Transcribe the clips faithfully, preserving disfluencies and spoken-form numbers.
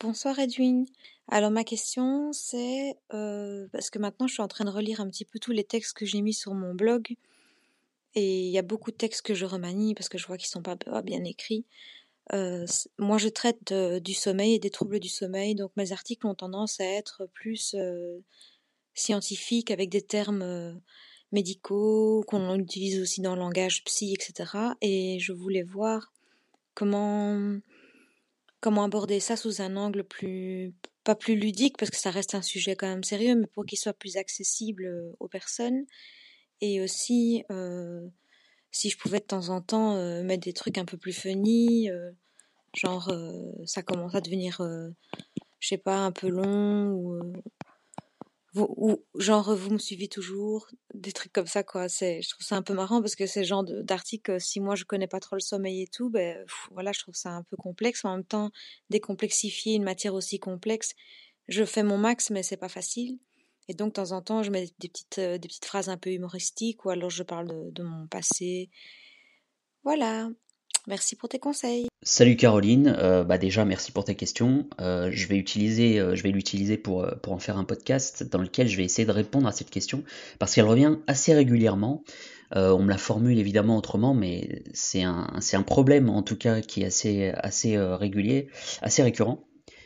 Bonsoir Edwin. Alors ma question c'est, euh, parce que maintenant je suis en train de relire un petit peu tous les textes que j'ai mis sur mon blog et il y a beaucoup de textes que je remanie parce que je vois qu'ils sont pas, pas bien écrits. Euh, c- moi je traite de- du sommeil et des troubles du sommeil, donc mes articles ont tendance à être plus euh, scientifiques avec des termes euh, médicaux qu'on utilise aussi dans le langage psy, et cetera. Et je voulais voir comment comment aborder ça sous un angle plus, pas plus ludique, parce que ça reste un sujet quand même sérieux, mais pour qu'il soit plus accessible euh, aux personnes. Et aussi, euh, si je pouvais de temps en temps euh, mettre des trucs un peu plus funny, euh, genre euh, ça commence à devenir, euh, je sais pas, un peu long, ou, euh, vous- ou genre vous me suivez toujours, des trucs comme ça quoi. C'est, je trouve ça un peu marrant parce que c'est le genre de- d'article, euh, si moi je connais pas trop le sommeil et tout, ben pff, voilà, je trouve ça un peu complexe. En même temps, décomplexifier une matière aussi complexe, je fais mon max, mais c'est pas facile. Et donc de temps en temps, je mets des petites euh, des petites phrases un peu humoristiques ou alors je parle de, de mon passé. Voilà. Merci pour tes conseils. Salut Caroline, euh, bah déjà merci pour ta question. Euh, je vais utiliser, euh, je vais l'utiliser pour, euh, pour en faire un podcast dans lequel je vais essayer de répondre à cette question parce qu'elle revient assez régulièrement. Euh, on me la formule évidemment autrement, mais c'est un, c'est un problème en tout cas qui est assez, assez euh, régulier, assez récurrent.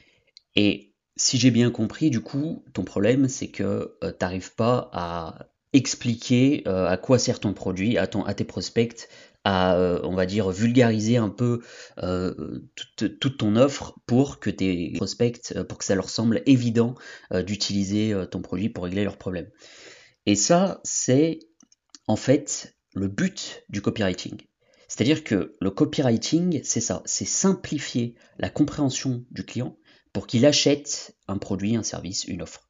Et si j'ai bien compris, du coup, ton problème c'est que euh, t'arrives pas à expliquer euh, à quoi sert ton produit à, ton, à tes prospects, à, euh, on va dire, vulgariser un peu euh, toute, toute ton offre pour que tes prospects, euh, pour que ça leur semble évident euh, d'utiliser euh, ton produit pour régler leurs problèmes. Et ça, c'est en fait le but du copywriting. C'est-à-dire que le copywriting, c'est ça, c'est simplifier la compréhension du client pour qu'il achète un produit, un service, une offre.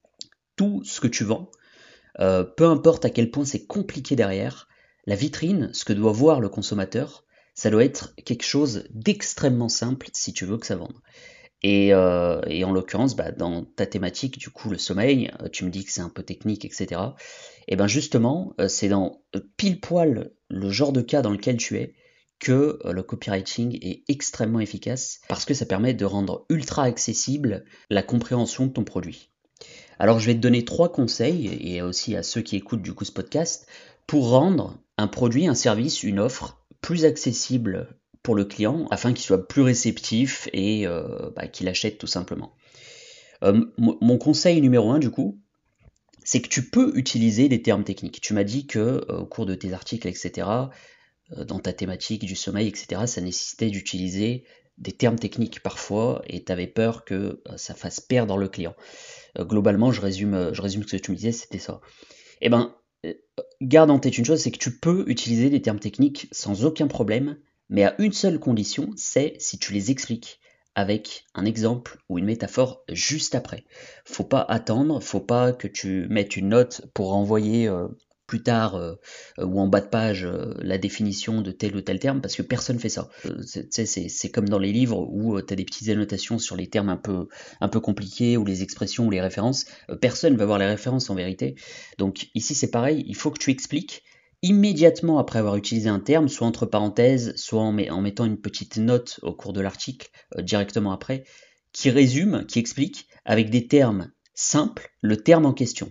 Tout ce que tu vends, euh, peu importe à quel point c'est compliqué derrière, la vitrine, ce que doit voir le consommateur, ça doit être quelque chose d'extrêmement simple si tu veux que ça vende. Et, euh, et en l'occurrence, bah, dans ta thématique, du coup, le sommeil, euh, tu me dis que c'est un peu technique, et cetera. Et ben justement, euh, c'est dans euh, pile poil le genre de cas dans lequel tu es que euh, le copywriting est extrêmement efficace parce que ça permet de rendre ultra accessible la compréhension de ton produit. Alors je vais te donner trois conseils, et aussi à ceux qui écoutent du coup ce podcast, pour rendre un produit, un service, une offre plus accessible pour le client afin qu'il soit plus réceptif et euh, bah, qu'il achète tout simplement. Euh, mon conseil numéro un du coup, c'est que tu peux utiliser des termes techniques. Tu m'as dit que euh, au cours de tes articles, et cetera, euh, dans ta thématique du sommeil, et cetera, ça nécessitait d'utiliser des termes techniques parfois et tu avais peur que euh, ça fasse perdre le client. Euh, globalement, je résume, euh, je résume ce que tu me disais, c'était ça. Eh ben, euh, garde en tête une chose, c'est que tu peux utiliser des termes techniques sans aucun problème, mais à une seule condition, c'est si tu les expliques avec un exemple ou une métaphore juste après. Faut pas attendre, faut pas que tu mettes une note pour renvoyer euh, plus tard euh, ou en bas de page euh, la définition de tel ou tel terme, parce que personne fait ça. Euh, c'est, c'est, c'est comme dans les livres où euh, tu as des petites annotations sur les termes un peu, un peu compliqués, ou les expressions ou les références. Euh, personne va voir les références en vérité. Donc ici c'est pareil, il faut que tu expliques immédiatement après avoir utilisé un terme, soit entre parenthèses, soit en, met, en mettant une petite note au cours de l'article euh, directement après, qui résume, qui explique avec des termes simples le terme en question.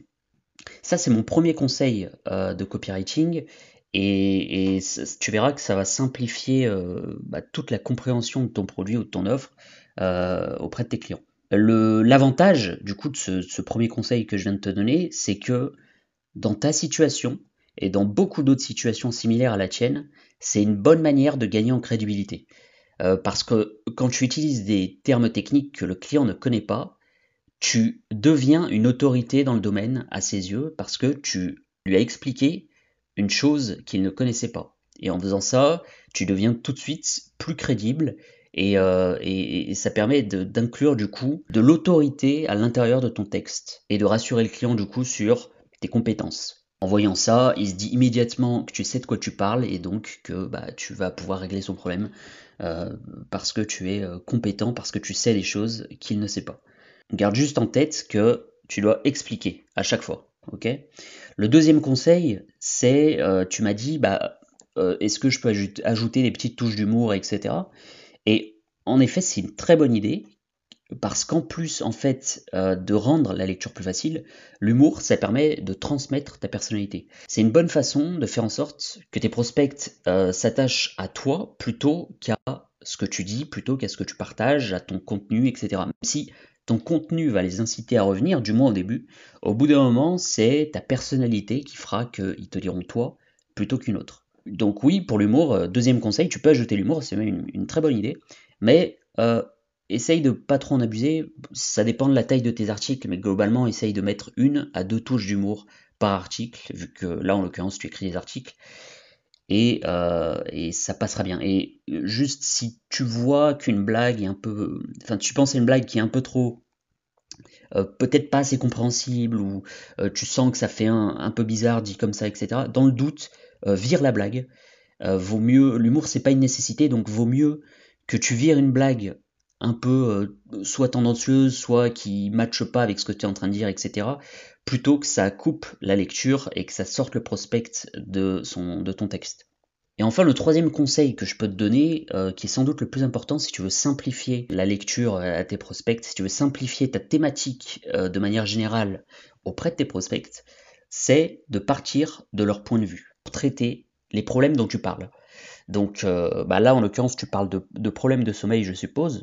Ça c'est mon premier conseil euh, de copywriting, et, et tu verras que ça va simplifier euh, bah, toute la compréhension de ton produit ou de ton offre euh, auprès de tes clients. Le, l'avantage du coup de ce, ce premier conseil que je viens de te donner, c'est que dans ta situation et dans beaucoup d'autres situations similaires à la tienne, c'est une bonne manière de gagner en crédibilité. Euh, parce que quand tu utilises des termes techniques que le client ne connaît pas, tu deviens une autorité dans le domaine à ses yeux parce que tu lui as expliqué une chose qu'il ne connaissait pas. Et en faisant ça, tu deviens tout de suite plus crédible, et, euh, et, et ça permet de, d'inclure du coup de l'autorité à l'intérieur de ton texte et de rassurer le client du coup sur tes compétences. En voyant ça, il se dit immédiatement que tu sais de quoi tu parles et donc que bah, tu vas pouvoir régler son problème euh, parce que tu es euh, compétent, parce que tu sais des choses qu'il ne sait pas. Garde juste en tête que tu dois expliquer à chaque fois. Ok. Le deuxième conseil, c'est, euh, tu m'as dit, bah, euh, est-ce que je peux ajouter des petites touches d'humour, et cetera. Et en effet, c'est une très bonne idée, Parce qu'en plus, en fait, euh, de rendre la lecture plus facile, l'humour, ça permet de transmettre ta personnalité. C'est une bonne façon de faire en sorte que tes prospects euh, s'attachent à toi plutôt qu'à ce que tu dis, plutôt qu'à ce que tu partages, à ton contenu, et cetera. Même si ton contenu va les inciter à revenir, du moins au début, au bout d'un moment, c'est ta personnalité qui fera qu'ils te diront toi plutôt qu'une autre. Donc oui, pour l'humour, euh, deuxième conseil, tu peux ajouter l'humour, c'est même une, une très bonne idée, mais euh, essaye de pas trop en abuser, ça dépend de la taille de tes articles, mais globalement, essaye de mettre une à deux touches d'humour par article, vu que là, en l'occurrence, tu écris des articles, et, euh, et ça passera bien. Et juste si tu vois qu'une blague est un peu... Enfin, tu penses à une blague qui est un peu trop... euh, peut-être pas assez compréhensible, ou euh, tu sens que ça fait un, un peu bizarre dit comme ça, et cetera. Dans le doute, euh, vire la blague. Euh, vaut mieux, l'humour c'est pas une nécessité, donc vaut mieux que tu vires une blague un peu euh, soit tendancieuse, soit qui matche pas avec ce que tu es en train de dire, et cetera, plutôt que ça coupe la lecture et que ça sorte le prospect de, son, de ton texte. Et enfin, le troisième conseil que je peux te donner, euh, qui est sans doute le plus important si tu veux simplifier la lecture à tes prospects, si tu veux simplifier ta thématique euh, de manière générale auprès de tes prospects, c'est de partir de leur point de vue, pour traiter les problèmes dont tu parles. Donc euh, bah là, en l'occurrence, tu parles de, de problèmes de sommeil, je suppose.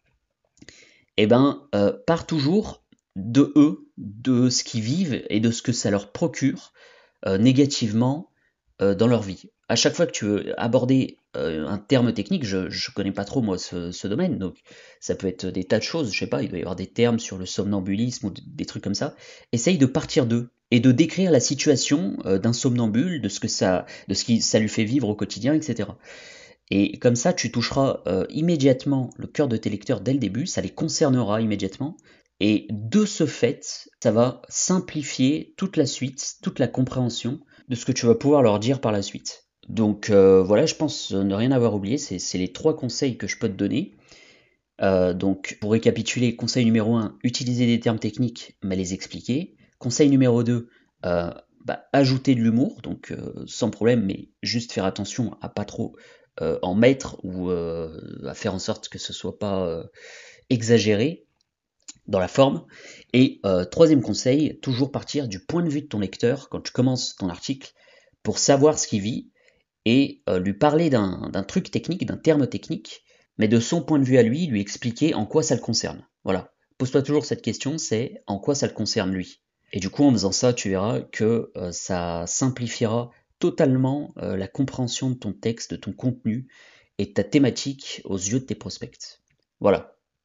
Eh ben, euh, pars toujours de eux, de ce qu'ils vivent et de ce que ça leur procure euh, négativement euh, dans leur vie. À chaque fois que tu veux aborder euh, un terme technique, je ne connais pas trop moi ce, ce domaine, donc ça peut être des tas de choses, je sais pas, il doit y avoir des termes sur le somnambulisme ou des trucs comme ça. Essaye de partir d'eux et de décrire la situation euh, d'un somnambule, de ce que ça, de ce qui ça lui fait vivre au quotidien, et cetera. Et comme ça, tu toucheras euh, immédiatement le cœur de tes lecteurs dès le début, ça les concernera immédiatement, et de ce fait, ça va simplifier toute la suite, toute la compréhension de ce que tu vas pouvoir leur dire par la suite. Donc euh, voilà, je pense ne rien avoir oublié, c'est, c'est les trois conseils que je peux te donner. Euh, donc pour récapituler, conseil numéro un, utiliser des termes techniques, mais les expliquer. Conseil numéro deux, euh, bah, ajouter de l'humour, donc euh, sans problème, mais juste faire attention à pas trop euh, en mettre ou euh, à faire en sorte que ce soit pas euh, exagéré dans la forme. Et euh, troisième conseil, toujours partir du point de vue de ton lecteur quand tu commences ton article pour savoir ce qu'il vit et euh, lui parler d'un, d'un truc technique, d'un terme technique, mais de son point de vue à lui, lui expliquer en quoi ça le concerne. Voilà. Pose-toi toujours cette question, c'est en quoi ça le concerne lui. Et du coup, en faisant ça, tu verras que euh, ça simplifiera totalement euh, la compréhension de ton texte, de ton contenu et de ta thématique aux yeux de tes prospects. Voilà.